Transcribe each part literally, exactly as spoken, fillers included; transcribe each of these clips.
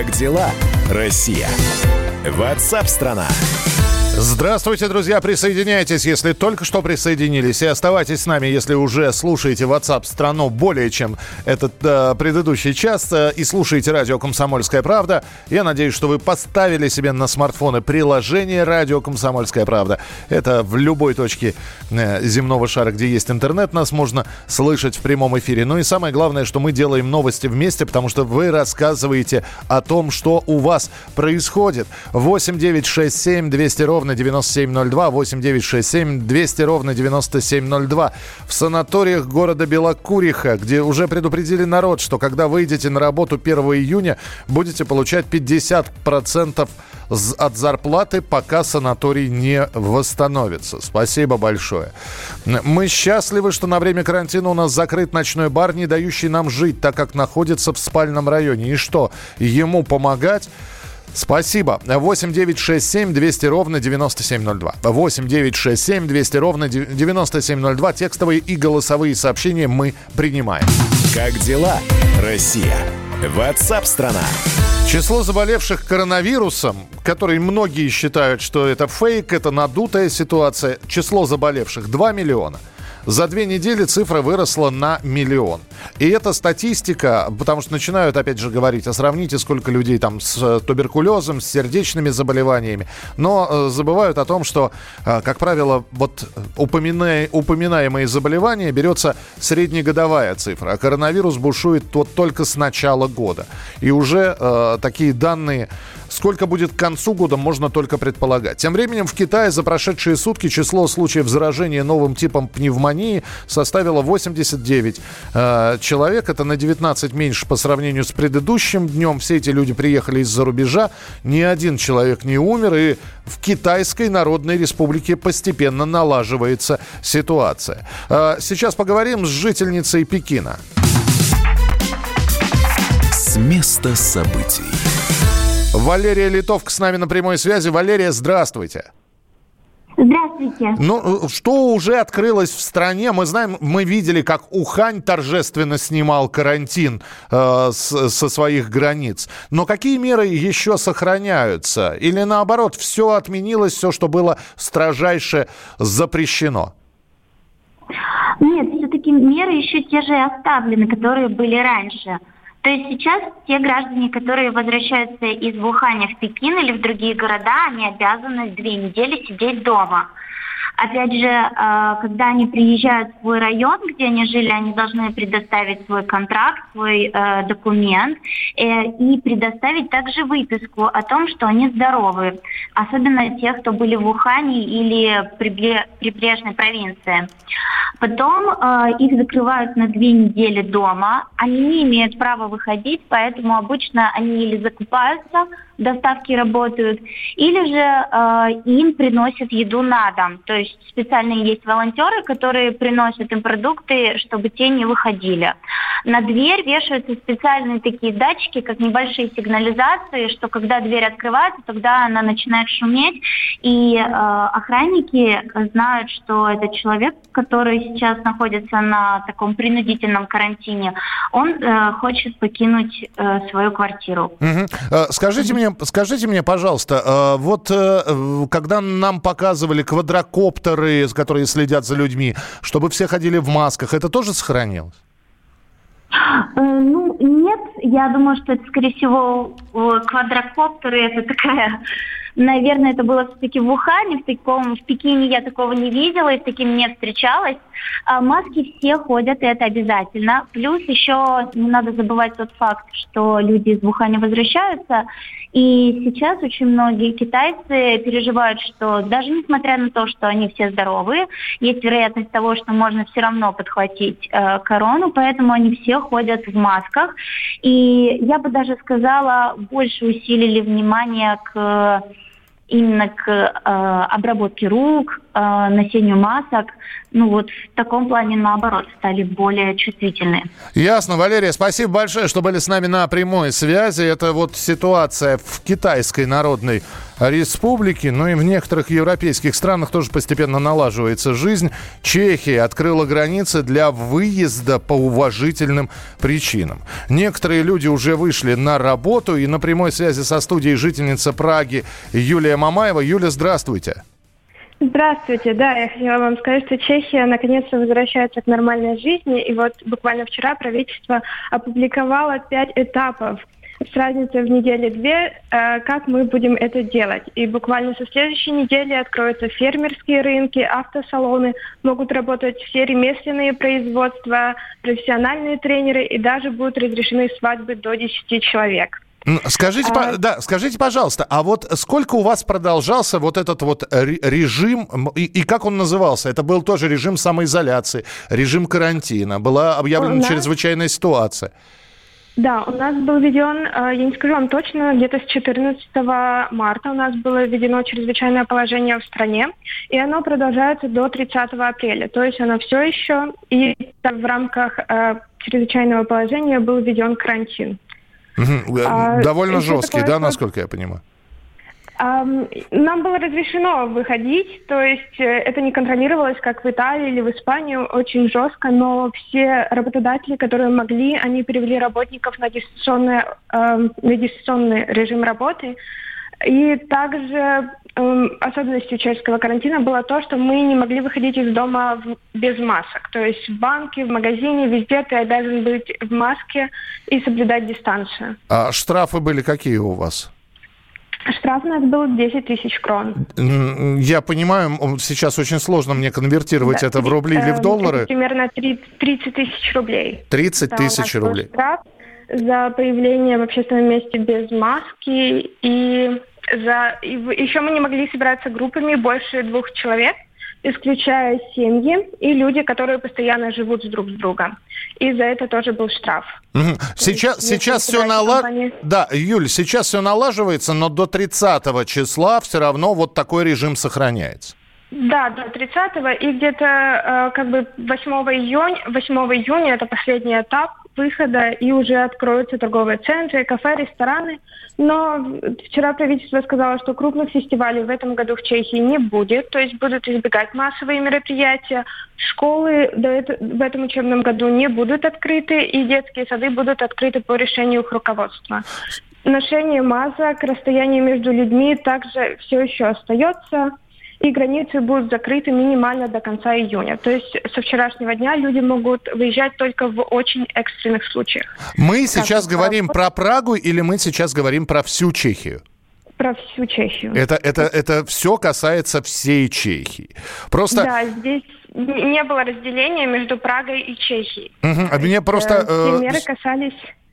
Как дела, Россия? WhatsApp-страна. Здравствуйте, друзья, присоединяйтесь, если только что присоединились, и оставайтесь с нами, если уже слушаете WhatsApp-страну более чем этот э, предыдущий час, э, и слушаете радио «Комсомольская правда». Я надеюсь, что вы поставили себе на смартфоны приложение «Радио Комсомольская правда». Это в любой точке э, земного шара, где есть интернет, нас можно слышать в прямом эфире. Ну и самое главное, что мы делаем новости вместе, потому что вы рассказываете о том, что у вас происходит. восемь девятьсот шестьдесят семь двести ровно девяносто семь ноль два, восемь девятьсот шестьдесят семь двести ровно девяносто семь ноль два. В санаториях города Белокуриха, где уже предупредили народ, что когда выйдете на работу первого июня, будете получать пятьдесят процентов от зарплаты, пока санаторий не восстановится. Спасибо большое. Мы счастливы, что на время карантина у нас закрыт ночной бар, не дающий нам жить, так как находится в спальном районе. И что, ему помогать? Спасибо. восемь девятьсот шестьдесят семь двести ровно девяносто семь ноль два. восемь девятьсот шестьдесят семь двести ровно девяносто семь ноль два. Текстовые и голосовые сообщения мы принимаем. Как дела, Россия? WhatsApp-страна. Число заболевших коронавирусом, который многие считают, что это фейк, это надутая ситуация. Число заболевших два миллиона. За две недели цифра выросла на миллион. И эта статистика, потому что начинают, опять же, говорить, а сравните, сколько людей там с туберкулезом, с сердечными заболеваниями. Но э, забывают о том, что, э, как правило, вот упоминая, упоминаемые заболевания берется среднегодовая цифра. А коронавирус бушует вот только с начала года. И уже э, такие данные, сколько будет к концу года, можно только предполагать. Тем временем в Китае за прошедшие сутки число случаев заражения новым типом пневмонии составило восемьдесят девять э, человек. Это на девятнадцать меньше по сравнению с предыдущим днем. Все эти люди приехали из-за рубежа. Ни один человек не умер. И в Китайской Народной Республике постепенно налаживается ситуация. Э, сейчас поговорим с жительницей Пекина. С места событий. Валерия Литовка с нами на прямой связи. Валерия, здравствуйте. Здравствуйте. Ну, что уже открылось в стране? Мы знаем, мы видели, как Ухань торжественно снимал карантин э, с, со своих границ. Но какие меры еще сохраняются? Или наоборот, все отменилось, все, что было строжайше запрещено? Нет, все-таки меры еще те же оставлены, которые были раньше. То есть сейчас те граждане, которые возвращаются из Уханя в Пекин или в другие города, они обязаны две недели сидеть дома. Опять же, когда они приезжают в свой район, где они жили, они должны предоставить свой контракт, свой э, документ э, и предоставить также выписку о том, что они здоровы. Особенно те, кто были в Ухане или прибрежной провинции. Потом э, их закрывают на две недели дома. Они не имеют права выходить, поэтому обычно они или закупаются, доставки работают, или же э, им приносят еду на дом. То есть специальные есть волонтеры, которые приносят им продукты, чтобы те не выходили. На дверь вешаются специальные такие датчики, как небольшие сигнализации, что когда дверь открывается, тогда она начинает шуметь, и э, охранники знают, что этот человек, который сейчас находится на таком принудительном карантине, он э, хочет покинуть э, свою квартиру. Угу. Скажите мне, скажите мне, пожалуйста, вот когда нам показывали квадрокоптеры, которые следят за людьми, чтобы все ходили в масках, это тоже сохранилось? Ну, нет, я думаю, что это, скорее всего, квадрокоптеры, это такая... Наверное, это было все-таки в Ухане, в, таком, в Пекине я такого не видела и с таким не встречалась. А маски все ходят, и это обязательно. Плюс еще не надо забывать тот факт, что люди из Уханя возвращаются. И сейчас очень многие китайцы переживают, что даже несмотря на то, что они все здоровые, есть вероятность того, что можно все равно подхватить э, корону, поэтому они все ходят в масках. И я бы даже сказала, больше усилили внимание к... именно к э, обработке рук, э, носению масок. Ну вот в таком плане, наоборот, стали более чувствительны. Ясно. Валерия, спасибо большое, что были с нами на прямой связи. Это вот ситуация в Китайской Народной Республике, ну и в некоторых европейских странах тоже постепенно налаживается жизнь. Чехия открыла границы для выезда по уважительным причинам. Некоторые люди уже вышли на работу, и на прямой связи со студией жительница Праги Юлия Мамаева. Юля, здравствуйте. Здравствуйте. Да, я хотела вам сказать, что Чехия наконец-то возвращается к нормальной жизни. И вот буквально вчера правительство опубликовало пять этапов с разницей в неделе две, э, как мы будем это делать. И буквально со следующей недели откроются фермерские рынки, автосалоны, могут работать все ремесленные производства, профессиональные тренеры, и даже будут разрешены свадьбы до десяти человек. Скажите, а... по, да, скажите, пожалуйста, а вот сколько у вас продолжался вот этот вот режим, и, и как он назывался? Это был тоже режим самоизоляции, режим карантина, была объявлена нас... чрезвычайная ситуация. Да, у нас был введен, я не скажу вам точно, где-то с четырнадцатого марта у нас было введено чрезвычайное положение в стране, и оно продолжается до тридцатого апреля. То есть оно все еще, и в рамках э, чрезвычайного положения был введен карантин. Угу. А, Довольно жесткий, такое, да, насколько я понимаю? А, нам было разрешено выходить, то есть это не контролировалось, как в Италии или в Испании, очень жестко, но все работодатели, которые могли, они перевели работников на дистанционный, э, на дистанционный режим работы. И также э, особенностью чешского карантина было то, что мы не могли выходить из дома в, без масок. То есть в банке, в магазине, везде ты обязан быть в маске и соблюдать дистанцию. А штрафы были какие у вас? Штраф у нас был десять тысяч крон. Я понимаю, сейчас очень сложно мне конвертировать да, это в рубли э, или в доллары. Это примерно тридцать тысяч рублей. тридцать тысяч рублей. Штраф за появление в общественном месте без маски, и за и еще мы не могли собираться группами больше двух человек, исключая семьи и люди, которые постоянно живут друг с другом. И за это тоже был штраф. Угу. Сейчас, есть, сейчас все налаживается. Да, Юль, сейчас все налаживается, но до тридцатого числа все равно вот такой режим сохраняется. Да, до тридцатого, и где-то э, как бы восьмого июня, восьмого июня это последний этап выхода, и уже откроются торговые центры, кафе, рестораны. Но вчера правительство сказало, что крупных фестивалей в этом году в Чехии не будет, то есть будут избегать массовые мероприятия. Школы до это, в этом учебном году не будут открыты, и детские сады будут открыты по решению их руководства. Ношение масок, расстояние между людьми также все еще остается. И границы будут закрыты минимально до конца июня. То есть со вчерашнего дня люди могут выезжать только в очень экстренных случаях. Мы сейчас как говорим про Прагу или мы сейчас говорим про всю Чехию? Про всю Чехию. Это, это, это все касается всей Чехии. Просто... Да, здесь не было разделения между Прагой и Чехией. Угу. А мне просто... Все меры касались...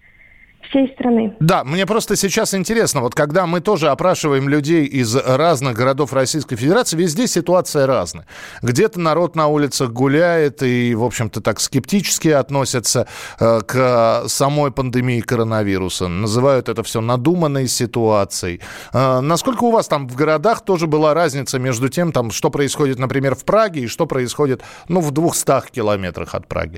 всей страны. Да, мне просто сейчас интересно, вот когда мы тоже опрашиваем людей из разных городов Российской Федерации, везде ситуация разная. Где-то народ на улицах гуляет и, в общем-то, так скептически относятся э, к самой пандемии коронавируса. Называют это все надуманной ситуацией. Э, насколько у вас там в городах тоже была разница между тем, там, что происходит, например, в Праге и что происходит, ну, в двухстах километрах от Праги?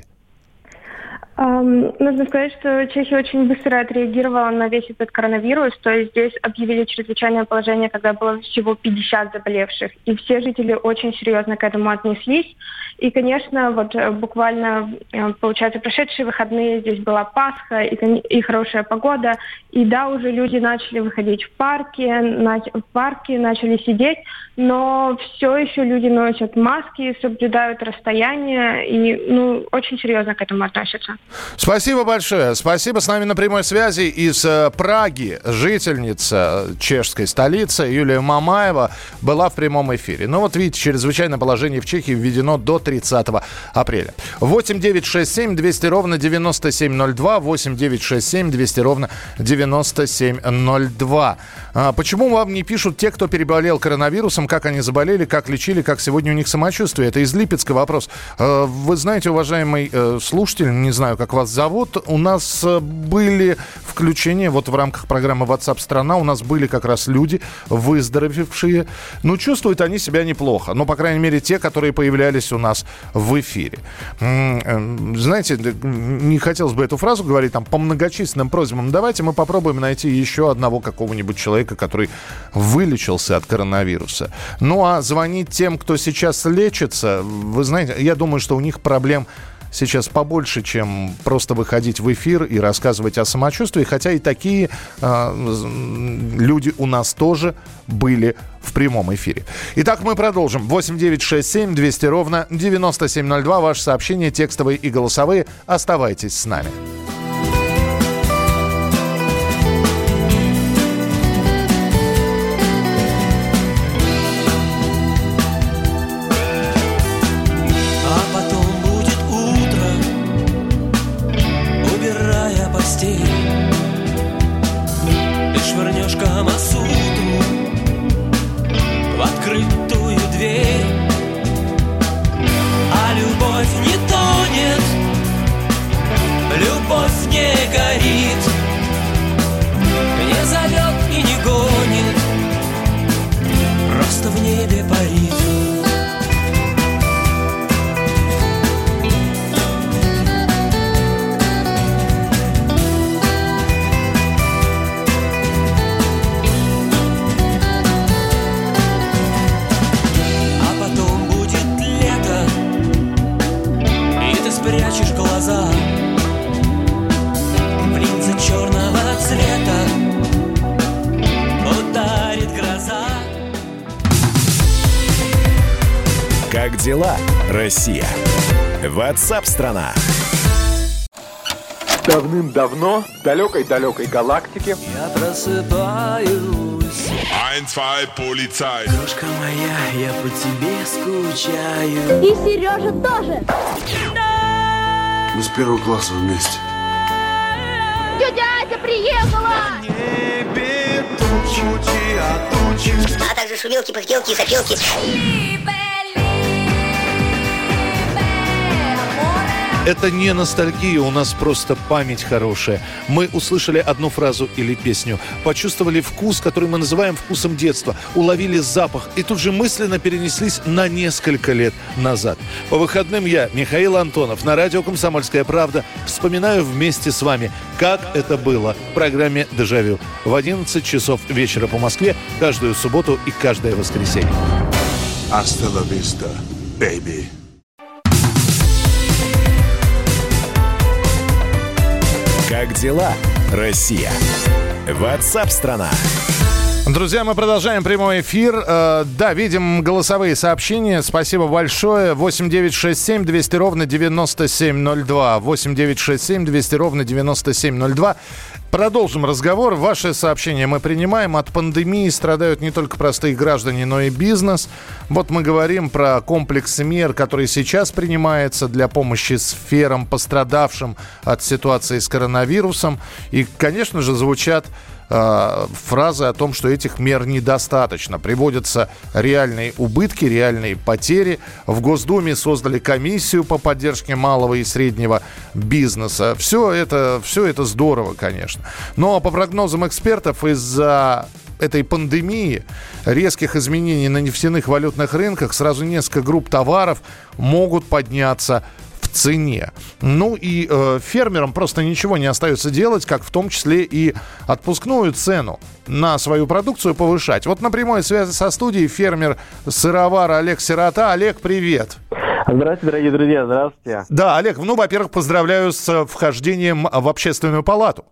Um, нужно сказать, что Чехия очень быстро отреагировала на весь этот коронавирус. То есть здесь объявили чрезвычайное положение, когда было всего пятьдесят заболевших. И все жители очень серьезно к этому отнеслись. И, конечно, вот буквально, получается, прошедшие выходные здесь была Пасха и, и хорошая погода. И да, уже люди начали выходить в парки, на, в парки, начали сидеть. Но все еще люди носят маски, соблюдают расстояние и ну, очень серьезно к этому относятся. Спасибо большое. Спасибо. С нами на прямой связи из э, Праги жительница чешской столицы Юлия Мамаева была в прямом эфире. Ну вот видите, чрезвычайное положение в Чехии введено до тридцатого апреля. восемь девятьсот шестьдесят семь двести ровно девяносто семь ноль два. восемь девятьсот шестьдесят семь двести ровно девяносто семь ноль два. А почему вам не пишут те, кто переболел коронавирусом, как они заболели, как лечили, как сегодня у них самочувствие? Это из Липецка вопрос. Вы знаете, уважаемый слушатель, не знаю, знаю, как вас зовут. У нас были включения, вот в рамках программы WhatsApp страна, у нас были как раз люди, выздоровевшие. Ну, чувствуют они себя неплохо. Ну, по крайней мере, те, которые появлялись у нас в эфире. Знаете, не хотелось бы эту фразу говорить там по многочисленным просьбам. Давайте мы попробуем найти еще одного какого-нибудь человека, который вылечился от коронавируса. Ну, а звонить тем, кто сейчас лечится, вы знаете, я думаю, что у них проблем сейчас побольше, чем просто выходить в эфир и рассказывать о самочувствии, хотя и такие э, люди у нас тоже были в прямом эфире. Итак, мы продолжим. восемь девятьсот шестьдесят семь двести ровно девяносто семь ноль два. Ваши сообщения текстовые и голосовые. Оставайтесь с нами. Как дела, Россия? WhatsApp-страна. Давным-давно в далекой-далекой галактике я просыпаюсь. Ein, zwei, полицай. Крошка моя, я по тебе скучаю. И Сережа тоже. Мы с первого класса вместе. Тетя Ася приехала! Небе тучи, а тучи. А также шумелки, пыхтелки и сопелки. Это не ностальгия, у нас просто память хорошая. Мы услышали одну фразу или песню, почувствовали вкус, который мы называем вкусом детства, уловили запах и тут же мысленно перенеслись на несколько лет назад. По выходным я, Михаил Антонов, на радио «Комсомольская правда» вспоминаю вместе с вами, как это было в программе «Дежавю» в одиннадцать часов вечера по Москве каждую субботу и каждое воскресенье. Hasta la vista, baby. Как дела, Россия? WhatsApp-страна. Друзья, мы продолжаем прямой эфир. Э, да, видим голосовые сообщения. Спасибо большое. восемь девятьсот шестьдесят семь двести ровно девяносто семь ноль два. восемь девятьсот шестьдесят семь двести ровно девяносто семь ноль два. Продолжим разговор. Ваши сообщения мы принимаем. От пандемии страдают не только простые граждане, но и бизнес. Вот мы говорим про комплекс мер, который сейчас принимается для помощи сферам, пострадавшим от ситуации с коронавирусом. И, конечно же, звучат э, фразы о том, что этих мер недостаточно. Приводятся реальные убытки, реальные потери. В Госдуме создали комиссию по поддержке малого и среднего бизнеса. Все это, все это здорово, конечно. Но по прогнозам экспертов, из-за этой пандемии, резких изменений на нефтяных валютных рынках, сразу несколько групп товаров могут подняться в цене. Ну и э, фермерам просто ничего не остается делать, как в том числе и отпускную цену на свою продукцию повышать. Вот на прямой связи со студией фермер-сыровар Олег Сирота. Олег, привет! Здравствуйте, дорогие друзья, здравствуйте. Да, Олег, ну, во-первых, поздравляю с вхождением в Общественную палату.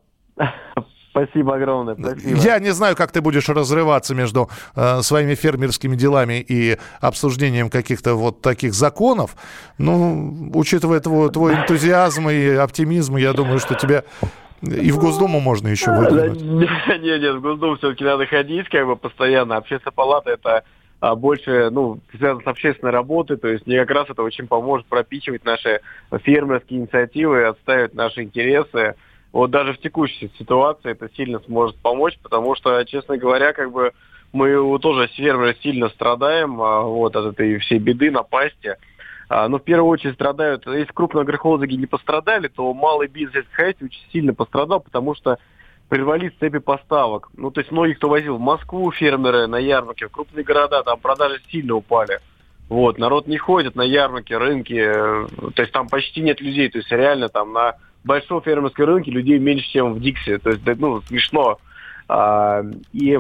Спасибо огромное, спасибо. Я не знаю, как ты будешь разрываться между э, своими фермерскими делами и обсуждением каких-то вот таких законов. Ну, учитывая твой, твой энтузиазм и оптимизм, я думаю, что тебя и в Госдуму можно еще выдвинуть. Нет, нет, в Госдуму все-таки надо ходить, как бы постоянно. Общественная палата — это а, больше, ну, связано с общественной работой, то есть мне как раз это очень поможет пропичивать наши фермерские инициативы, отстаивать наши интересы. Вот даже в текущей ситуации это сильно сможет помочь, потому что, честно говоря, как бы мы тоже с фермерами сильно страдаем а, вот, от этой всей беды, напасти. А, но в первую очередь страдают, если крупные агрохолдинги не пострадали, то малый бизнес, если хотите, очень сильно пострадал, потому что прервались цепи поставок. Ну, то есть многие, кто возил в Москву, фермеры на ярмарке, в крупные города, там продажи сильно упали. Вот, народ не ходит на ярмарки, рынки, то есть там почти нет людей, то есть реально там на большом фермерском рынке людей меньше, чем в Дикси, то есть, ну, смешно. А, и,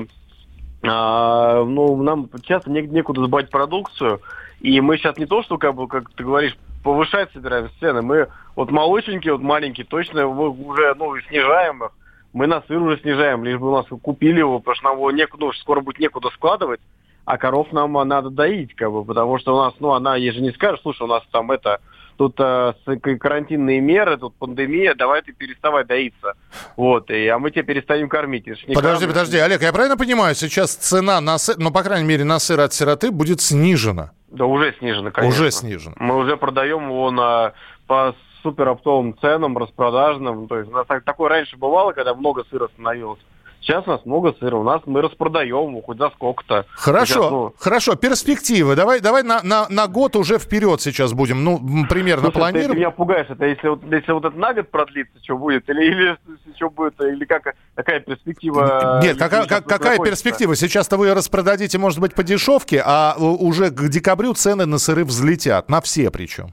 а, ну, нам часто не, некуда сбавить продукцию, и мы сейчас не то, что, как бы, как ты говоришь, повышать собираем цены, мы вот молочненькие, вот маленькие, точно уже, ну, снижаем их, мы на сыр уже снижаем, лишь бы у нас купили его, потому что нам его некуда, ну, скоро будет некуда складывать, а коров нам надо доить, как бы, потому что у нас, ну, она ей же не скажет, слушай, у нас там это, тут э, карантинные меры, тут пандемия, давай ты переставай доиться. Вот, и, а мы тебя перестанем кормить. Подожди, карм... подожди, Олег, я правильно понимаю, сейчас цена на сыр, ну, по крайней мере, на сыр от сироты будет снижена? Да, уже снижена, конечно. Уже снижена. Мы уже продаем его на, по супероптовым ценам, распродажным. То есть у нас такое раньше бывало, когда много сыра становилось. Сейчас у нас много сыра, у нас мы распродаем его хоть за сколько-то. Хорошо, сейчас, ну... хорошо, перспективы. Давай, давай на, на, на год уже вперед сейчас будем, ну, примерно Слушай, планируем. Ты, ты меня пугаешь, это если вот, если вот это на год продлится, что будет, или, или что будет, или как, какая перспектива? Нет, какая, как, какая перспектива? Сейчас-то вы распродадите, может быть, по дешевке, а уже к декабрю цены на сыры взлетят, на все причем.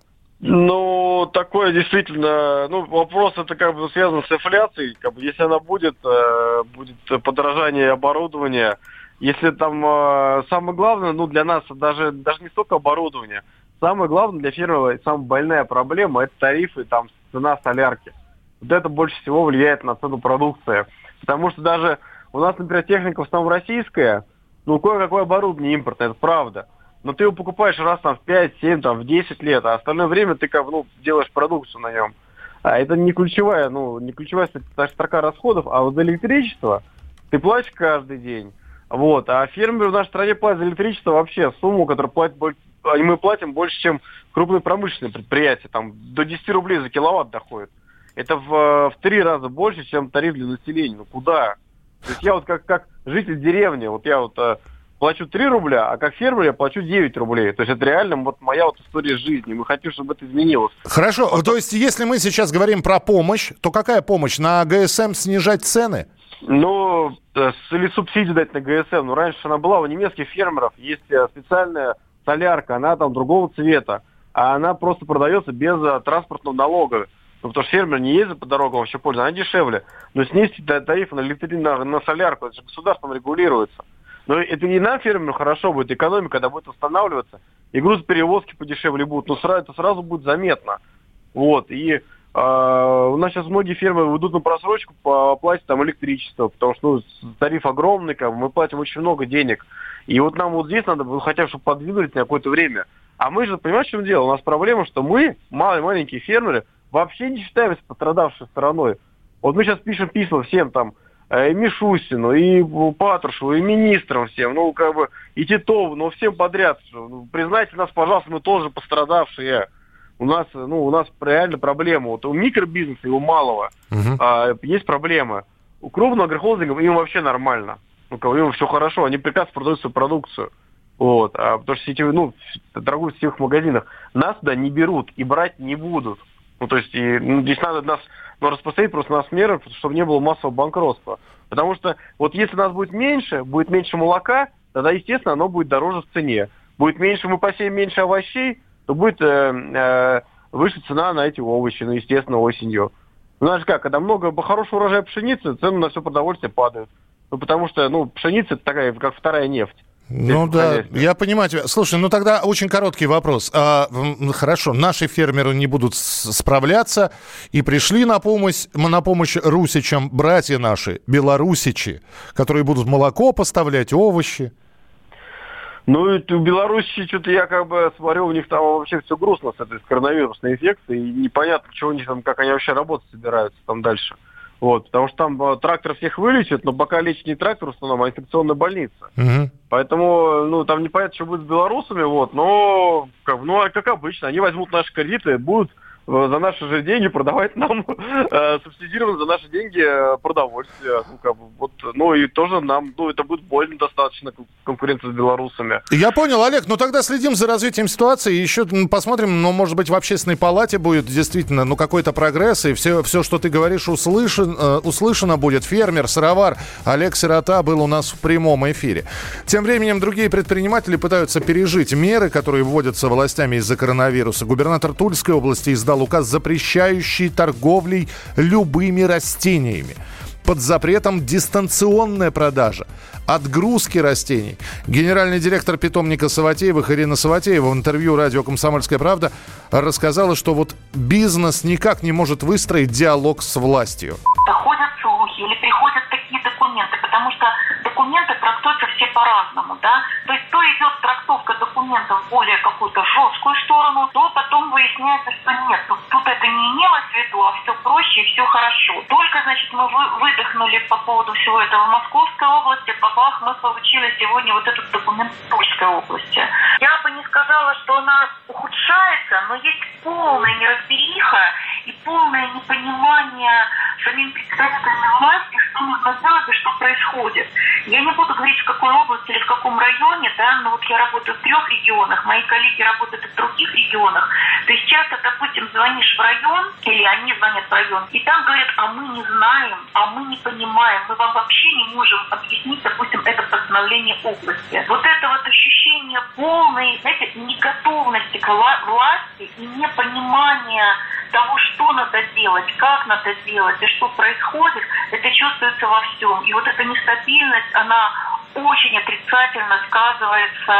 Ну, такое действительно, ну, вопрос это как бы связан с инфляцией, как бы, если она будет, э, будет подорожание оборудования, если там э, самое главное, ну, для нас даже, даже не столько оборудование, самое главное для фермера, самая больная проблема, это тарифы, там, цена солярки. Вот это больше всего влияет на цену продукции, потому что даже у нас, например, техника в основном российская, ну, кое-какое оборудование импортное, это правда. Но ты его покупаешь раз там в пять, семь, там в десять лет, а остальное время ты как ну, делаешь продукцию на нем. А это не ключевая, ну, не ключевая строка расходов, а вот за электричество ты платишь каждый день. Вот. А фермеры в нашей стране платят за электричество вообще сумму, которую платят, мы платим больше, чем крупные промышленные предприятия. Там до десять рублей за киловатт доходит. Это в, в три раза больше, чем тариф для населения. Ну куда? То есть я вот как, как житель деревни, вот я вот плачу три рубля, а как фермер я плачу девять рублей. То есть это реально вот моя вот история жизни. Мы хотим, чтобы это изменилось. Хорошо. Вот. То есть если мы сейчас говорим про помощь, то какая помощь? На ГСМ снижать цены? Ну, или субсидию дать на ГСМ. Ну, раньше она была у немецких фермеров. Есть специальная солярка, она там другого цвета. А она просто продается без транспортного налога. Ну, потому что фермер не ездит по дорогам, вообще пользуется, она дешевле. Но снизить тариф на, на, на солярку, это же государством регулируется. Но это не нам, фермеру, хорошо будет, экономика, когда будет восстанавливаться, и грузоперевозки подешевле будут, но сразу, это сразу будет заметно. Вот, и э, у нас сейчас многие фермеры идут на просрочку по оплате там электричества, потому что ну, тариф огромный, как, мы платим очень много денег. И вот нам вот здесь надо было хотя бы, чтобы подвинулись на какое-то время. А мы же, понимаешь, в чем дело? У нас проблема, что мы, малые, маленькие фермеры, вообще не считаемся пострадавшей стороной. Вот мы сейчас пишем письма всем там, и Мишустину, и Патрушеву, и министрам всем, ну, как бы, и Титову, ну, всем подряд. Ну, признайте нас, пожалуйста, мы тоже пострадавшие. У нас, ну, у нас реально проблема. Вот у микробизнеса и у малого uh-huh. а, есть проблемы. У крупного агрохолдинга им вообще нормально. Ну, как, им все хорошо, они прекрасно продают свою продукцию. Вот, а, потому что сетевые, ну, торгуют в сетевых магазинах. Нас туда не берут и брать не будут. Ну, то есть, и, ну, здесь надо нас ну, распространить просто нас меры, чтобы не было массового банкротства. Потому что вот если нас будет меньше, будет меньше молока, тогда, естественно, оно будет дороже в цене. Будет меньше, мы посеем меньше овощей, то будет э, э, выше цена на эти овощи, ну, естественно, осенью. Ну, знаешь как, когда много хорошего урожая пшеницы, цены на все продовольствие падают. Ну, потому что, ну, пшеница это такая, как вторая нефть. Ну да, я понимаю тебя. Слушай, ну тогда очень короткий вопрос. А, хорошо, наши фермеры не будут справляться и пришли на помощь, на помощь русичам братья наши, белорусичи, которые будут молоко поставлять, овощи. Ну, и в Беларуси что-то я как бы смотрю, у них там вообще все грустно с этой коронавирусной инфекцией, и непонятно, что у них там, как они вообще работать собираются там дальше. Вот, потому что там э, трактор всех вылечит, но пока лечит не трактор в основном, а инфекционная больница. Угу. Поэтому, ну, там непонятно, что будет с белорусами, вот, но, как, ну, как обычно, они возьмут наши кредиты, будут за наши же деньги продавать нам э, субсидированно за наши деньги э, продовольствие. Ну, как бы, вот, ну и тоже нам, ну, это будет больно достаточно конкуренция с белорусами. Я понял, Олег, ну тогда следим за развитием ситуации, еще посмотрим, ну, может быть, в общественной палате будет действительно, ну, какой-то прогресс, и все, все что ты говоришь, услышан, э, услышано будет. Фермер, сыровар Олег Сирота был у нас в прямом эфире. Тем временем другие предприниматели пытаются пережить меры, которые вводятся властями из-за коронавируса. Губернатор Тульской области издал указ, запрещающий торговлей любыми растениями. Под запретом дистанционная продажа, отгрузки растений. Генеральный директор питомника Саватеевых Ирина Саватеева в интервью радио «Комсомольская правда» рассказала, что вот бизнес никак не может выстроить диалог с властью. Доходят слухи или приходят такие документы, потому что документы трактуются все по-разному, да. То есть то идет трактовка документов в более какую-то жесткую сторону, то потом выясняется, что нет, тут, тут это не имелось в виду, а все проще и все хорошо. Только, значит, мы вы, выдохнули по поводу всего этого в Московской области, бабах, мы получили сегодня вот этот документ в Тульской области. Я бы не сказала, что она ухудшается, но есть полная неразбериха и полное непонимание самим представителями власти, что нужно сделать и что происходит. Я не буду говорить, в какой области или в каком районе, да, но вот я работаю в трех регионах, мои коллеги работают в других регионах. То есть часто, допустим, звонишь в район, или они звонят в район, и там говорят, а мы не знаем, а мы не понимаем, мы вам вообще не можем объяснить, допустим, это постановление области. Вот это вот ощущение полной, знаете, неготовности к власти и непонимания того, что надо делать, как надо делать и что происходит, это чувствуется во всем. И вот эта нестабильность, она очень отрицательно сказывается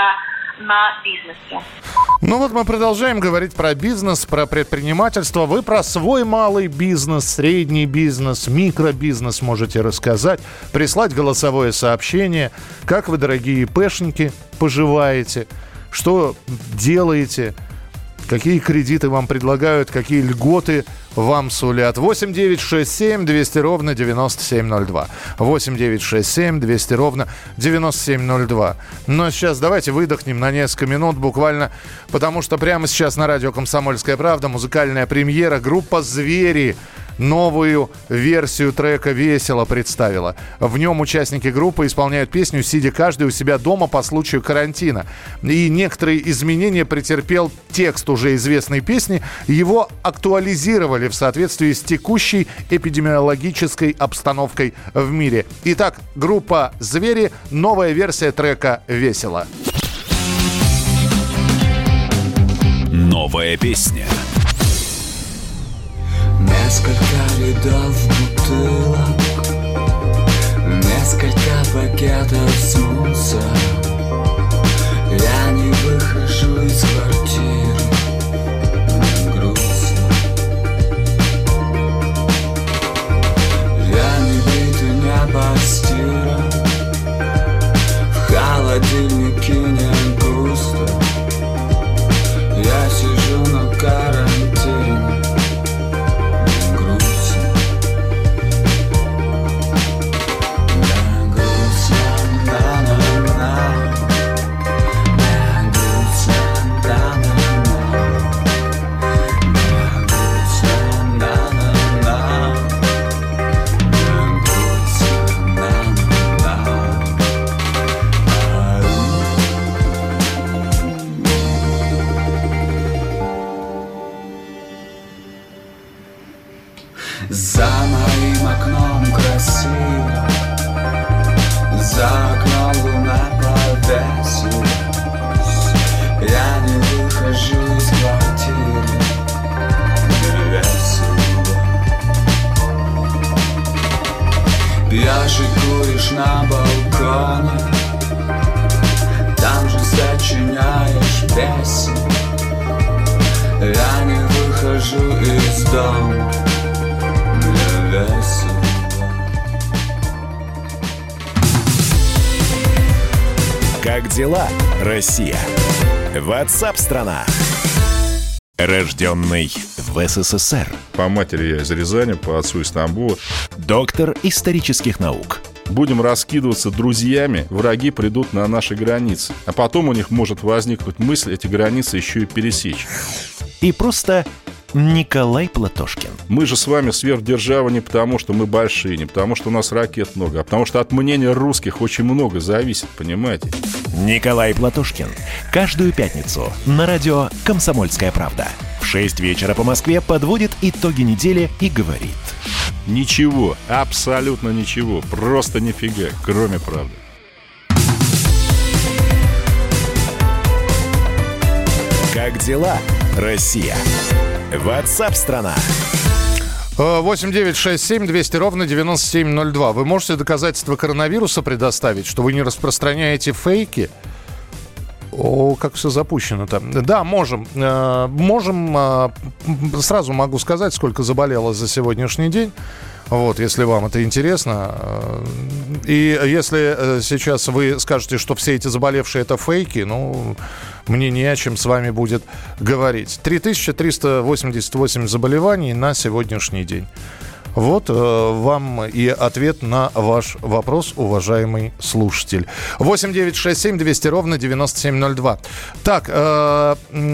на бизнесе. Ну вот мы продолжаем говорить про бизнес, про предпринимательство. Вы про свой малый бизнес, средний бизнес, микробизнес можете рассказать, прислать голосовое сообщение. Как вы, дорогие ИПшники, поживаете? Что делаете? Какие кредиты вам предлагают, какие льготы вам сулят? восемь девятьсот шестьдесят семь двести ровно девяносто семь ноль два. восемь девятьсот шестьдесят семь двести ровно девяносто семь ноль два. Но сейчас давайте выдохнем на несколько минут буквально, потому что прямо сейчас на радио «Комсомольская правда» музыкальная премьера. Группа «Звери» новую версию трека «Весело» представила. В нем участники группы исполняют песню, сидя каждый у себя дома по случаю карантина. И некоторые изменения претерпел текст уже известной песни. Его актуализировали в соответствии с текущей эпидемиологической обстановкой в мире. Итак, группа «Звери», новая версия трека «Весело». Новая песня. Несколько рядов бутылок, несколько пакетов смуса. Я не выхожу из квартиры, мне грустно. Я не брит и не постиран, в холодильнике не густо. Я сижу на карантине. За моим окном красиво, за окном луна повесилась. Я не выхожу из квартиры, мне весело. Пьешь и куришь на балконе, там же сочиняешь песни. Я не выхожу из дома, как дела, Россия? WhatsApp-страна. Рожденный в СССР. По матери я из Рязани, по отцу из Тамбова. Доктор исторических наук. Будем раскидываться друзьями, враги придут на наши границы. А потом у них может возникнуть мысль эти границы еще и пересечь. И просто Николай Платошкин. Мы же с вами сверхдержава не потому, что мы большие, не потому, что у нас ракет много, а потому что от мнения русских очень много зависит, понимаете? Николай Платошкин. Каждую пятницу на радио «Комсомольская правда». В шесть вечера по Москве подводит итоги недели и говорит: ничего, абсолютно ничего, просто нифига, кроме правды. Как дела, Россия? WhatsApp-страна. восемь девять шесть семь двести ровно девяносто семь ноль два. Вы можете доказательства коронавируса предоставить, что вы не распространяете фейки? О, как все запущено-то. Да, можем. Э, можем. Э, сразу могу сказать, сколько заболело за сегодняшний день. Вот, если вам это интересно. И если сейчас вы скажете, что все эти заболевшие это фейки, ну, мне не о чем с вами будет говорить. три тысячи триста восемьдесят восемь заболеваний на сегодняшний день. Вот э, вам и ответ на ваш вопрос, уважаемый слушатель. восемь девять шесть семь двести ровно девяносто семь ноль два. Так, э,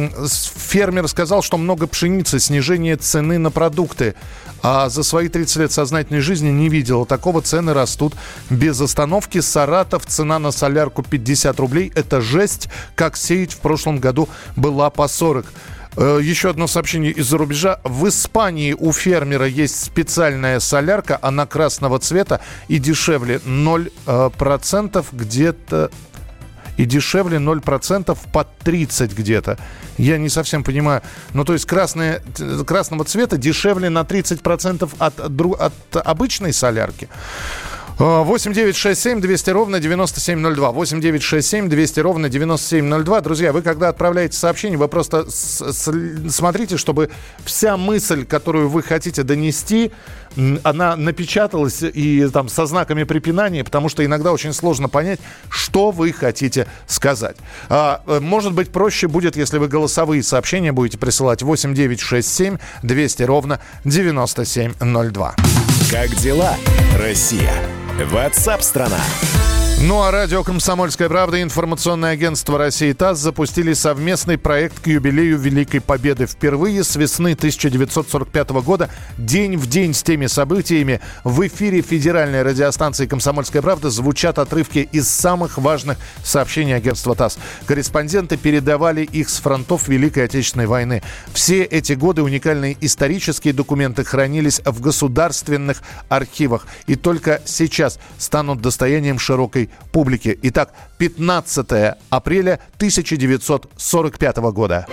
фермер сказал, что много пшеницы, снижение цены на продукты. А за свои тридцать лет сознательной жизни не видел такого. Цены растут без остановки. Саратов, цена на солярку пятьдесят рублей. Это жесть. Как сеять в прошлом году была по сорок. Еще одно сообщение из-за рубежа. В Испании у фермера есть специальная солярка. Она красного цвета и дешевле ноль процентов где-то. И дешевле ноль процентов под тридцать где-то. Я не совсем понимаю. Ну, то есть красное, красного цвета дешевле на тридцать процентов от, от обычной солярки. восемь девять шесть семь двести ровно девяносто семь ноль два. восемь девять шесть семь двести ровно девяносто семь ноль два. Друзья, вы когда отправляете сообщение, вы просто с- с- смотрите, чтобы вся мысль, которую вы хотите донести, она напечаталась и там со знаками препинания, потому что иногда очень сложно понять, что вы хотите сказать. А, может быть, проще будет, если вы голосовые сообщения будете присылать. восемь девять шесть семь двести ровно девяносто семь ноль два. Как дела, Россия? WhatsApp-страна. Ну а радио «Комсомольская правда» и информационное агентство России ТАСС запустили совместный проект к юбилею Великой Победы. Впервые с весны тысяча девятьсот сорок пятого года, день в день с теми событиями, в эфире федеральной радиостанции «Комсомольская правда» звучат отрывки из самых важных сообщений агентства ТАСС. Корреспонденты передавали их с фронтов Великой Отечественной войны. Все эти годы уникальные исторические документы хранились в государственных архивах и только сейчас станут достоянием широкой публики. Итак, пятнадцатое апреля тысяча девятьсот сорок пятого года.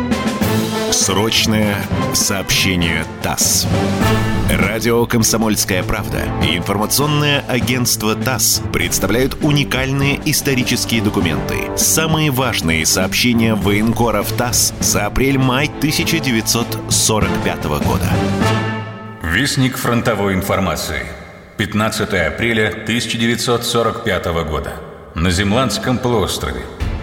Срочное сообщение ТАСС. Радио «Комсомольская правда» и информационное агентство ТАСС представляют уникальные исторические документы. Самые важные сообщения военкоров ТАСС за апрель-май тысяча девятьсот сорок пятого года. Вестник фронтовой информации. пятнадцатое апреля тысяча девятьсот сорок пятого года. На Земландском полуострове.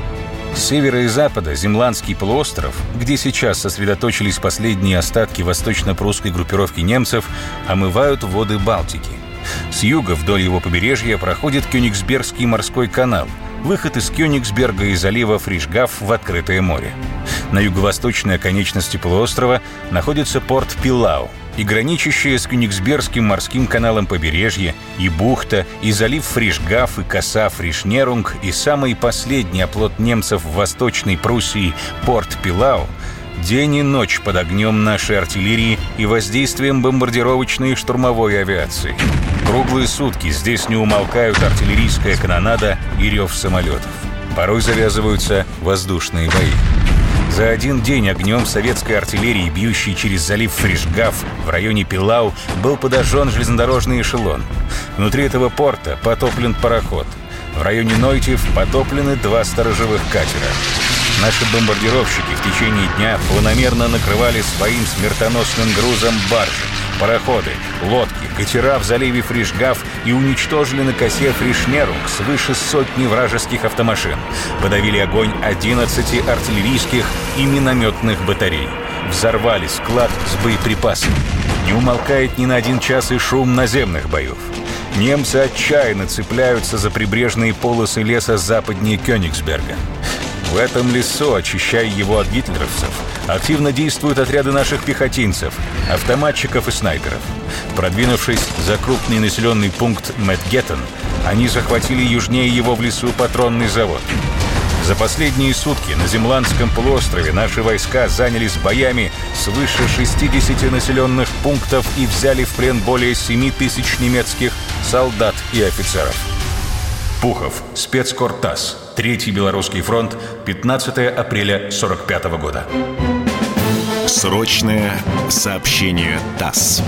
С севера и запада Земландский полуостров, где сейчас сосредоточились последние остатки восточно-прусской группировки немцев, омывают воды Балтики. С юга вдоль его побережья проходит Кёнигсбергский морской канал, выход из Кёнигсберга и залива Фришгаф в открытое море. На юго-восточной оконечности полуострова находится порт Пилау, и граничащие с Кёнигсбергским морским каналом побережье, и бухта, и залив Фришгаф, и коса Фришнерунг, и самый последний оплот немцев в Восточной Пруссии порт Пилау день и ночь под огнем нашей артиллерии и воздействием бомбардировочной и штурмовой авиации. Круглые сутки здесь не умолкают артиллерийская канонада и рев самолетов. Порой завязываются воздушные бои. За один день огнем советской артиллерии, бьющей через залив Фришгаф в районе Пилау, был подожжен железнодорожный эшелон. Внутри этого порта потоплен пароход. В районе Нойтив потоплены два сторожевых катера. Наши бомбардировщики в течение дня планомерно накрывали своим смертоносным грузом баржи, пароходы, лодки, катера в заливе Фришгаф и уничтожили на косе Фришнерунг свыше сотни вражеских автомашин. Подавили огонь одиннадцати артиллерийских и минометных батарей. Взорвали склад с боеприпасами. Не умолкает ни на один час и шум наземных боев. Немцы отчаянно цепляются за прибрежные полосы леса западнее Кёнигсберга. В этом лесу, очищая его от гитлеровцев, активно действуют отряды наших пехотинцев, автоматчиков и снайперов. Продвинувшись за крупный населенный пункт Мэтгеттен, они захватили южнее его в лесу патронный завод. За последние сутки на Земландском полуострове наши войска занялись боями свыше шестидесяти населенных пунктов и взяли в плен более семи тысяч немецких солдат и офицеров. Пухов, спецкор ТАСС, Третий Белорусский фронт, пятнадцатое апреля сорок пятого года. Срочное сообщение ТАСС.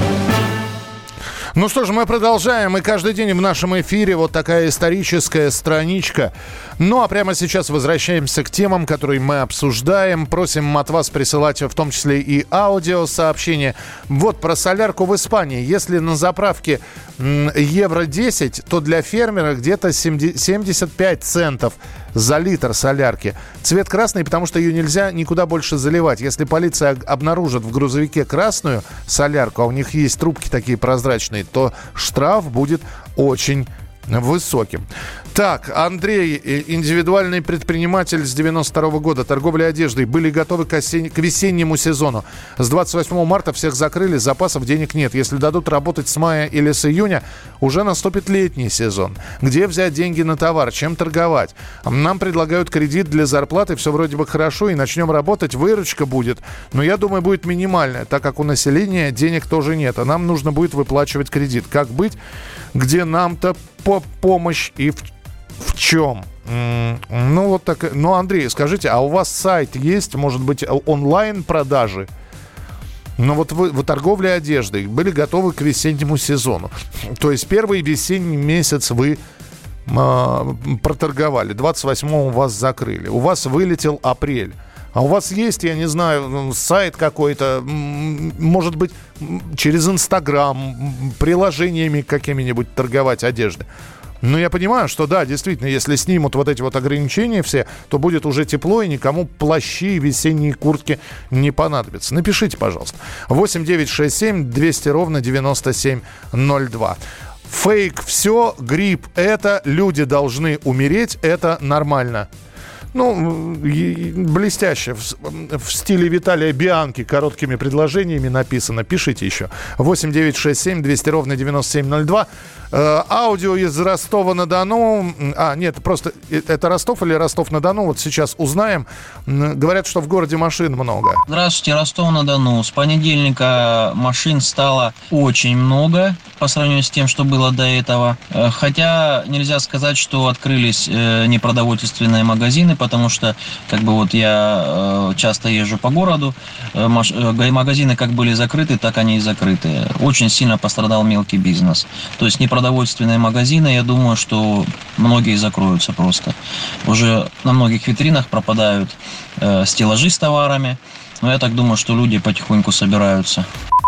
Ну что ж, мы продолжаем, и каждый день в нашем эфире вот такая историческая страничка. Ну а прямо сейчас возвращаемся к темам, которые мы обсуждаем. Просим от вас присылать в том числе и аудиосообщения. Вот про солярку в Испании. Если на заправке евро десять, то для фермера где-то семьдесят пять центов за литр солярки. Цвет красный, потому что ее нельзя никуда больше заливать. Если полиция обнаружит в грузовике красную солярку, а у них есть трубки такие прозрачные, то штраф будет очень высоким. Так, Андрей, индивидуальный предприниматель с девяносто второго года, торговля одеждой, были готовы к, осень... к весеннему сезону. С двадцать восьмого марта всех закрыли, запасов денег нет. Если дадут работать с мая или с июня, уже наступит летний сезон. Где взять деньги на товар? Чем торговать? Нам предлагают кредит для зарплаты, все вроде бы хорошо, и начнем работать, выручка будет. Но я думаю, будет минимальная, так как у населения денег тоже нет, а нам нужно будет выплачивать кредит. Как быть? Где нам-то по помощь и в, в чем? М-м, ну, вот так. Ну, Андрей, скажите, а у вас сайт есть, может быть, онлайн-продажи? Ну, вот вы, вы торговля одеждой, были готовы к весеннему сезону. То есть первый весенний месяц вы э, проторговали, двадцать восьмого вас закрыли. У вас вылетел апрель. А у вас есть, я не знаю, сайт какой-то, может быть, через Инстаграм, приложениями какими-нибудь торговать одеждой. Но я понимаю, что да, действительно, если снимут вот эти вот ограничения все, то будет уже тепло, и никому плащи и весенние куртки не понадобятся. Напишите, пожалуйста. восемь девятьсот шестьдесят семь двести ровно девяносто семь ноль два. Фейк все, грипп это, люди должны умереть, это нормально. Ну, блестяще. В, в стиле Виталия Бианки короткими предложениями написано. Пишите еще. восемь девятьсот шестьдесят семь двести ровно девяносто семь ноль два. Э, аудио из Ростова-на-Дону. А, нет, просто это Ростов или Ростов-на-Дону? Вот сейчас узнаем. Говорят, что в городе машин много. Здравствуйте, Ростов-на-Дону. С понедельника машин стало очень много по сравнению с тем, что было до этого. Хотя нельзя сказать, что открылись непродовольственные магазины, потому что, как бы вот я э, часто езжу по городу, э, маш, э, магазины как были закрыты, так они и закрыты. Очень сильно пострадал мелкий бизнес. То есть непродовольственные магазины, я думаю, что многие закроются просто. Уже на многих витринах пропадают э, стеллажи с товарами, но я так думаю, что люди потихоньку собираются.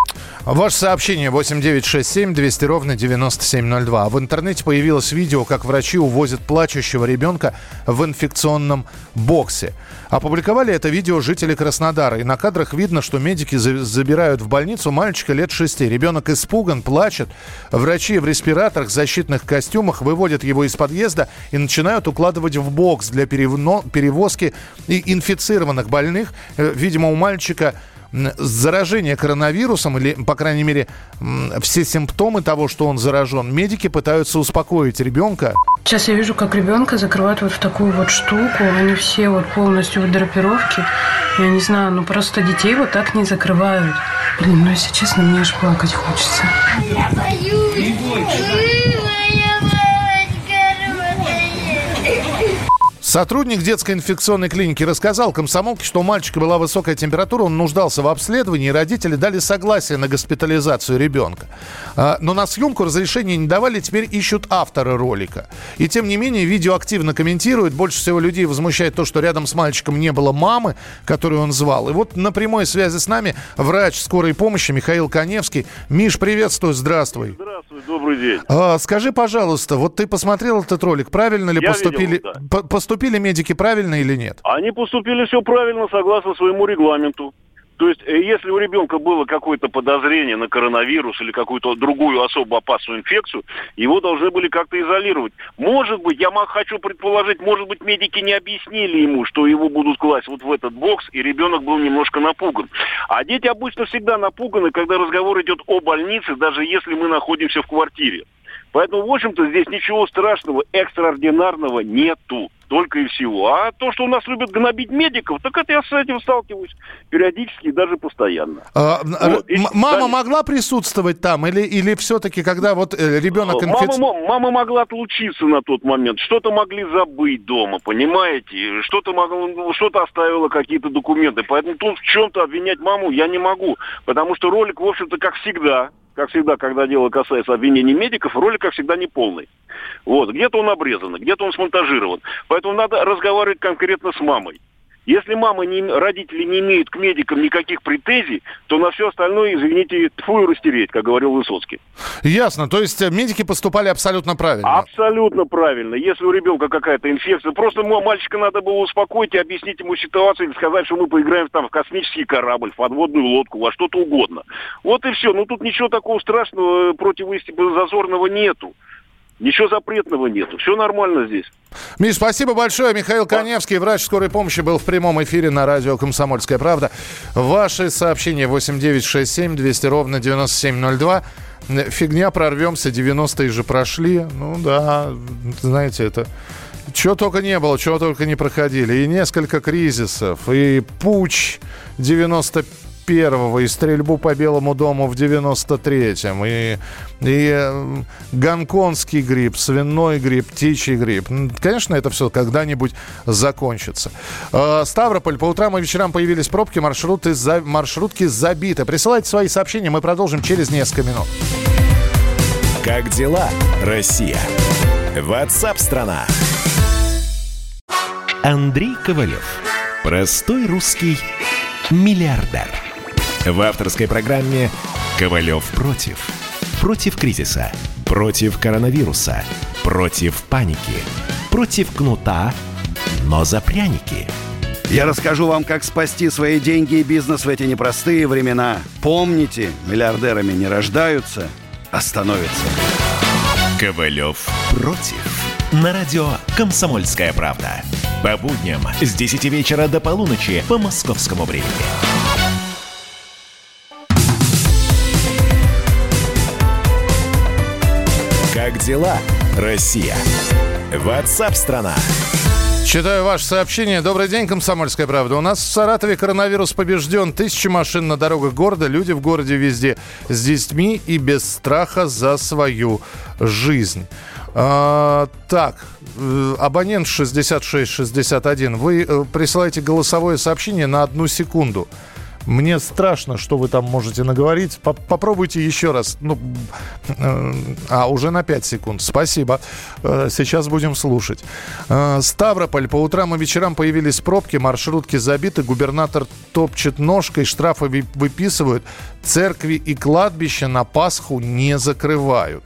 Ваше сообщение восемь девятьсот шестьдесят семь двести ровно девяносто семь ноль два. В интернете появилось видео, как врачи увозят плачущего ребенка в инфекционном боксе. Опубликовали это видео жители Краснодара. И на кадрах видно, что медики за- забирают в больницу мальчика лет шести. Ребенок испуган, плачет. Врачи в респираторах, защитных костюмах выводят его из подъезда и начинают укладывать в бокс для перевно- перевозки и инфицированных больных. Видимо, у мальчика заражение коронавирусом, или, по крайней мере, все симптомы того, что он заражен, медики пытаются успокоить ребенка. Сейчас я вижу, как ребенка закрывают вот в такую вот штуку. Они все вот полностью в драпировке. Я не знаю, ну просто детей вот так не закрывают. Блин, ну если честно, мне аж плакать хочется. Я боюсь. Сотрудник детской инфекционной клиники рассказал комсомолке, что у мальчика была высокая температура, он нуждался в обследовании, и родители дали согласие на госпитализацию ребенка. Но на съемку разрешения не давали, теперь ищут автора ролика. И тем не менее, видео активно комментируют. Больше всего людей возмущает то, что рядом с мальчиком не было мамы, которую он звал. И вот на прямой связи с нами врач скорой помощи Михаил Каневский. Миш, приветствую, здравствуй. Здравствуй, добрый день. А, скажи, пожалуйста, вот ты посмотрел этот ролик, правильно ли Я поступили, видел, да. по- поступили медики правильно или нет? Они поступили все правильно, согласно своему регламенту. То есть, если у ребенка было какое-то подозрение на коронавирус или какую-то другую особо опасную инфекцию, его должны были как-то изолировать. Может быть, я хочу предположить, может быть, медики не объяснили ему, что его будут класть вот в этот бокс, и ребенок был немножко напуган. А дети обычно всегда напуганы, когда разговор идет о больнице, даже если мы находимся в квартире. Поэтому, в общем-то, здесь ничего страшного, экстраординарного нету. Только и всего. А то, что у нас любят гнобить медиков, так это я с этим сталкиваюсь периодически и даже постоянно. А, вот. и, мама да, могла присутствовать там? Или, или все-таки, когда вот ребенок инфицирован? Мама, мама могла отлучиться на тот момент. Что-то могли забыть дома, понимаете? Что-то, могло, что-то оставила, какие-то документы. Поэтому тут в чем-то обвинять маму я не могу. Потому что ролик, в общем-то, как всегда... Как всегда, когда дело касается обвинений медиков, ролик, как всегда, не полный. Вот. Где-то он обрезан, где-то он смонтажирован. Поэтому надо разговаривать конкретно с мамой. Если мама, не, родители не имеют к медикам никаких претензий, то на все остальное, извините, тьфу и растереть, как говорил Высоцкий. Ясно. То есть медики поступали абсолютно правильно? Абсолютно правильно. Если у ребенка какая-то инфекция, просто мальчика надо было успокоить и объяснить ему ситуацию, или сказать, что мы поиграем там в космический корабль, в подводную лодку, во что-то угодно. Вот и все. Ну тут ничего такого страшного, противозазорного нету. Ничего запретного нету. Все нормально здесь. Миш, спасибо большое. Михаил Коневский, врач скорой помощи, был в прямом эфире на радио «Комсомольская правда». Ваши сообщения восемь девятьсот шестьдесят семь двести ровно девяносто семь ноль два. Фигня, прорвемся, девяностые же прошли. Ну да, знаете, это... Чего только не было, чего только не проходили. И несколько кризисов, и путч девяносто первого, и стрельбу по Белому дому в девяносто третьем, и, и гонконгский грипп, свиной грипп, птичий грипп. Конечно, это все когда-нибудь закончится. Ставрополь. По утрам и вечерам появились пробки, маршруты, за, маршрутки забиты. Присылайте свои сообщения, мы продолжим через несколько минут. Как дела, Россия? WhatsApp-страна. Андрей Ковалев. Простой русский миллиардер. В авторской программе «Ковалев против». Против кризиса, против коронавируса, против паники, против кнута, но за пряники. Я расскажу вам, как спасти свои деньги и бизнес в эти непростые времена. Помните, миллиардерами не рождаются, а становятся. Ковалев против. На радио «Комсомольская правда». По будням с десяти вечера до полуночи по московскому времени. Как дела, Россия? WhatsApp-страна. Читаю ваше сообщение. Добрый день, «Комсомольская правда». У нас в Саратове коронавирус побежден. Тысячи машин на дорогах города. Люди в городе везде с детьми и без страха за свою жизнь. А, так, абонент шестьдесят шесть шестьдесят один. Вы присылаете голосовое сообщение на одну секунду. Мне страшно, что вы там можете наговорить. Попробуйте еще раз. Ну, а, уже на пять секунд. Спасибо. Сейчас будем слушать. Ставрополь. По утрам и вечерам появились пробки. Маршрутки забиты. Губернатор топчет ножкой. Штрафы выписывают. Церкви и кладбища на Пасху не закрывают.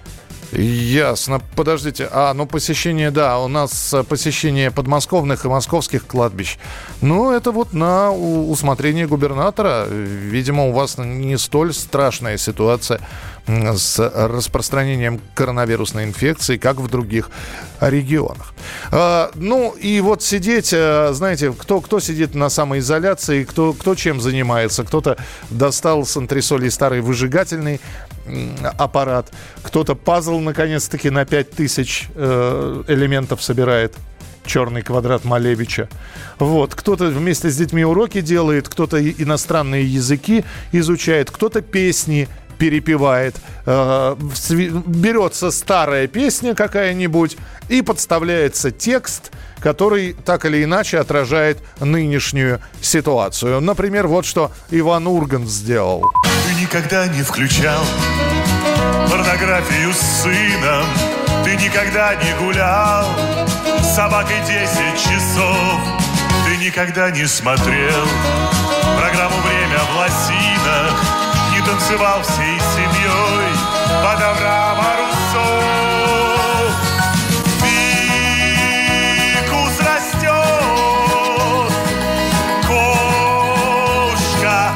Ясно. Подождите. А, ну посещение, да, у нас посещение подмосковных и московских кладбищ. Ну, это вот на усмотрение губернатора. Видимо, у вас не столь страшная ситуация с распространением коронавирусной инфекции, как в других регионах. А, ну, и вот сидеть, знаете, кто, кто сидит на самоизоляции, кто, кто чем занимается. Кто-то достал с антресолей старый выжигательный аппарат, кто-то пазл наконец-таки на пять тысяч э, элементов собирает, черный квадрат Малевича. Вот, кто-то вместе с детьми уроки делает, кто-то иностранные языки изучает, кто-то песни перепевает, э, берется старая песня какая-нибудь и подставляется текст, который так или иначе отражает нынешнюю ситуацию. Например, вот что Иван Ургант сделал. Ты никогда не включал порнографию с сыном, ты никогда не гулял с собакой десять часов, ты никогда не смотрел программу «Время в лосинах», не танцевал всей семьей под Авраама Руссо. Фикус растет, кошка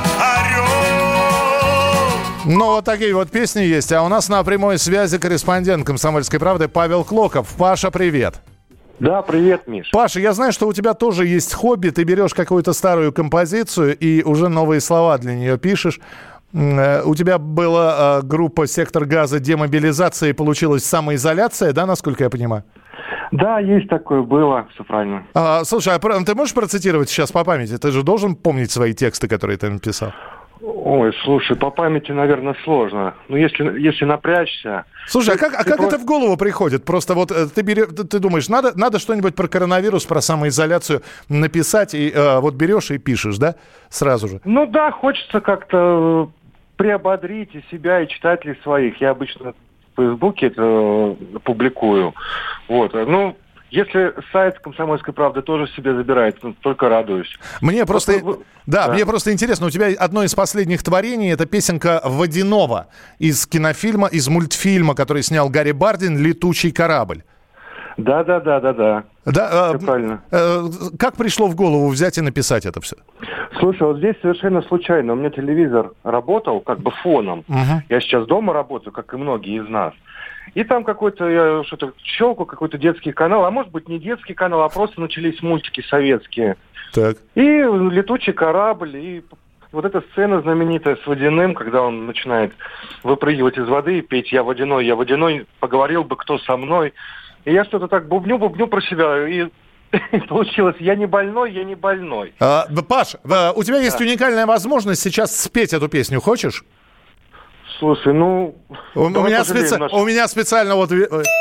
такие вот песни есть. А у нас на прямой связи корреспондент «Комсомольской правды» Павел Клоков. Паша, привет. Да, привет, Миш. Паша, я знаю, что у тебя тоже есть хобби. Ты берешь какую-то старую композицию и уже новые слова для нее пишешь. У тебя была группа «Сектор газа», демобилизация, и получилась самоизоляция, да, насколько я понимаю? Да, есть такое, было, все правильно. А, слушай, а ты можешь процитировать сейчас по памяти? Ты же должен помнить свои тексты, которые ты написал. Ой, слушай, по памяти, наверное, сложно. Но если, если напрячься... Слушай, ты, а как, а ты как просто... это в голову приходит? Просто вот ты, берешь, ты думаешь, надо, надо что-нибудь про коронавирус, про самоизоляцию написать, и э, вот берешь и пишешь, да, сразу же? Ну да, хочется как-то приободрить и себя, и читателей своих. Я обычно в Фейсбуке это публикую. Вот, ну... Если сайт «Комсомольской правды» тоже себе забирает, только радуюсь. Мне просто, просто... Да, да, мне просто интересно, у тебя одно из последних творений — это песенка Водянова из кинофильма, из мультфильма, который снял Гарри Бардин, «Летучий корабль». Да, да, да, да, да. Да, все э, правильно. Э, как пришло в голову взять и написать это все? Слушай, вот здесь совершенно случайно. У меня телевизор работал как бы фоном. Угу. Я сейчас дома работаю, как и многие из нас. И там какой-то, я что-то щелкаю, какой-то детский канал, а может быть не детский канал, а просто начались мультики советские. Так. И «Летучий корабль», и вот эта сцена знаменитая с Водяным, когда он начинает выпрыгивать из воды и петь «Я водяной, я водяной, поговорил бы кто со мной». И я что-то так бубню-бубню про себя, и получилось «Я не больной, я не больной». А, Паш, у тебя есть да. уникальная возможность сейчас спеть эту песню, хочешь? Слушай, ну... У, у, меня, специ... наш... у меня специально вот...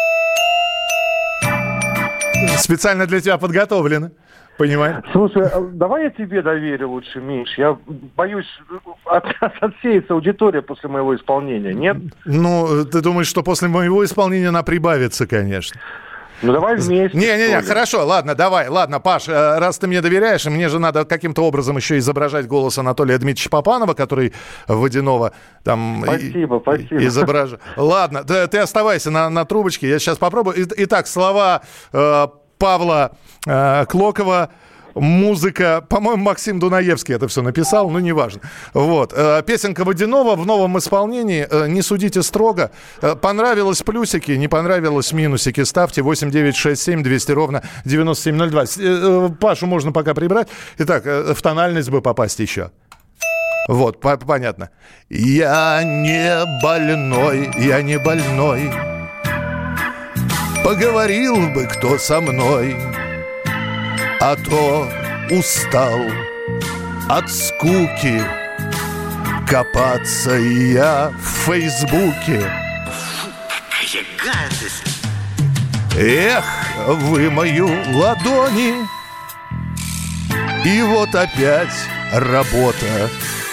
Специально для тебя подготовлено. Понимаешь? Слушай, давай я тебе доверю лучше, Миш. Я боюсь, от, отсеется аудитория после моего исполнения, нет? Ну, ты думаешь, что после моего исполнения она прибавится, конечно. Ну, давай вместе. Не-не-не, хорошо, ладно, давай, ладно, Паш, раз ты мне доверяешь, и мне же надо каким-то образом еще изображать голос Анатолия Дмитриевича Попанова, который Водянова там спасибо, и, спасибо. изображает. Ладно, ты, ты оставайся на, на трубочке, я сейчас попробую. Итак, слова э, Павла э, Клокова. Музыка, по-моему, Максим Дунаевский это все написал, но неважно. Вот. Песенка Водянова в новом исполнении. Не судите строго. Понравилось — плюсики, не понравилось — минусики. Ставьте восемь девятьсот шестьдесят семь двести ровно девяносто семь ноль два. Пашу можно пока прибрать. Итак, в тональность бы попасть еще. Вот, понятно. Я не больной, я не больной. Поговорил бы кто со мной. А то устал от скуки копаться я в Фейсбуке. Какая гадость! Эх, вымою ладони, и вот опять работа.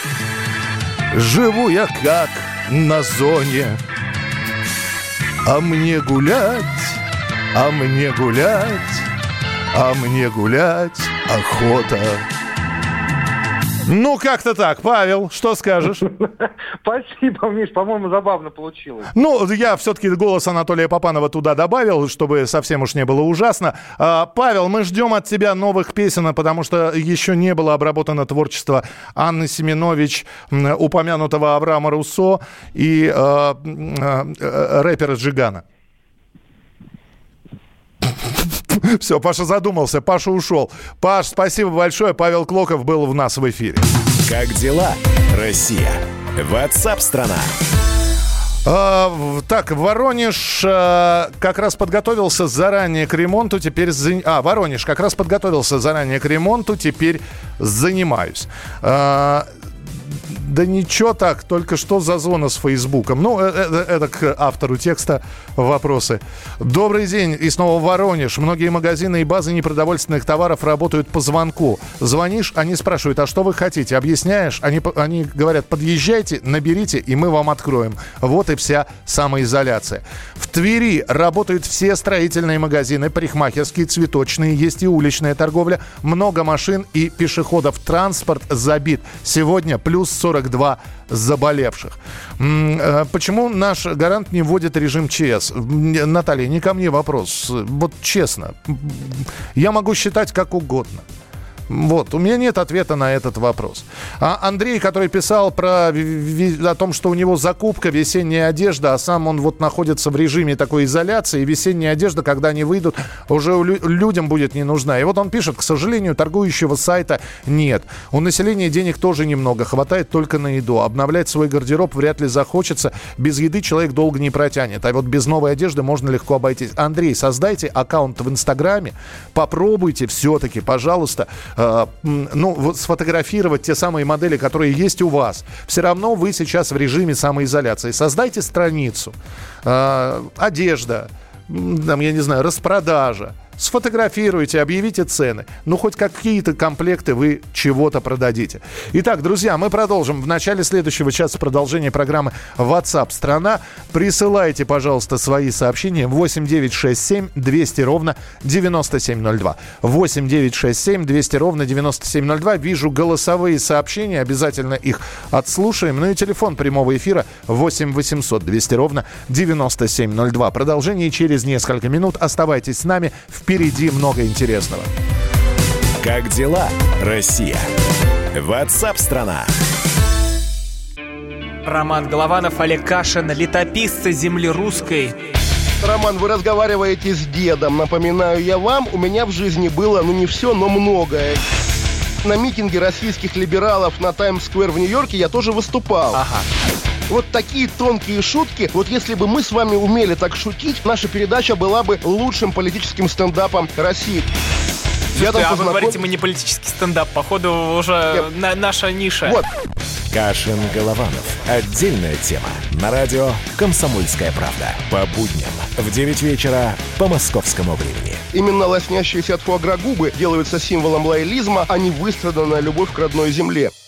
Живу я как на зоне, а мне гулять, а мне гулять. А мне гулять охота. Ну, как-то так. Павел, что скажешь? Спасибо, Миш, по-моему, забавно получилось. Ну, я все-таки голос Анатолия Попанова туда добавил, чтобы совсем уж не было ужасно. А, Павел, мы ждем от тебя новых песен, потому что еще не было обработано творчество Анны Семенович, упомянутого Авраама Руссо и а, а, рэпера Джигана. Все, Паша задумался, Паша ушел. Паш, спасибо большое. Павел Клоков был у нас в эфире. Как дела, Россия? Ватсап-страна. А, так, Воронеж а, как раз подготовился заранее к ремонту, теперь... За... А, Воронеж как раз подготовился заранее к ремонту, теперь занимаюсь. А, да ничего так, только что за зона с Фейсбуком. Ну, это, это к автору текста вопросы. Добрый день, и снова Воронеж. Многие магазины и базы непродовольственных товаров работают по звонку. Звонишь, они спрашивают, а что вы хотите? Объясняешь, они, они говорят, подъезжайте, наберите, и мы вам откроем. Вот и вся самоизоляция. В Твери работают все строительные магазины, парикмахерские, цветочные, есть и уличная торговля. Много машин и пешеходов. Транспорт забит. Сегодня плюс сорок два заболевших. Почему наш гарант не вводит режим ЧС? Наталья, не ко мне вопрос. Вот честно, я могу считать как угодно. Вот, у меня нет ответа на этот вопрос. А Андрей, который писал про, о том, что у него закупка весенняя одежда, а сам он вот находится в режиме такой изоляции, и весенняя одежда, когда они выйдут, уже людям будет не нужна. И вот он пишет: к сожалению, торгующего сайта нет. У населения денег тоже немного, хватает только на еду. Обновлять свой гардероб вряд ли захочется. Без еды человек долго не протянет. А вот без новой одежды можно легко обойтись. Андрей, создайте аккаунт в Инстаграме, попробуйте все-таки, пожалуйста, э, ну, вот сфотографировать те самые модели, которые есть у вас. Все равно вы сейчас в режиме самоизоляции. Создайте страницу. Э, одежда, там, я не знаю, распродажа. Сфотографируйте, объявите цены. Ну, хоть какие-то комплекты вы чего-то продадите. Итак, друзья, мы продолжим. В начале следующего часа продолжение программы WhatsApp страна. Присылайте, пожалуйста, свои сообщения. восемь девятьсот шестьдесят семь двести ровно девяносто семь ноль два. восемь девятьсот шестьдесят семь двести ровно девяносто семь ноль два. Вижу голосовые сообщения. Обязательно их отслушаем. Ну и телефон прямого эфира восемь восемьсот двести ровно девяносто семь ноль два. Продолжение через несколько минут. Оставайтесь с нами. Впереди много интересного. Как дела, Россия? WhatsApp-страна. Роман Голованов, Олег Кашин, летописцы земли русской. Роман, вы разговариваете с дедом. Напоминаю я вам, у меня в жизни было, ну не все, но многое. На митинге российских либералов на Таймс-сквер в Нью-Йорке я тоже выступал. Ага. Вот такие тонкие шутки, вот если бы мы с вами умели так шутить, наша передача была бы лучшим политическим стендапом России. Я там а познаком... вы говорите, мы не политический стендап, походу уже на, наша ниша. Вот. Кашин, Голованов. Отдельная тема. На радио «Комсомольская правда». По будням в девять вечера по московскому времени. Именно лоснящиеся от фуагра губы делаются символом лоялизма, а не выстраданная любовь к родной земле.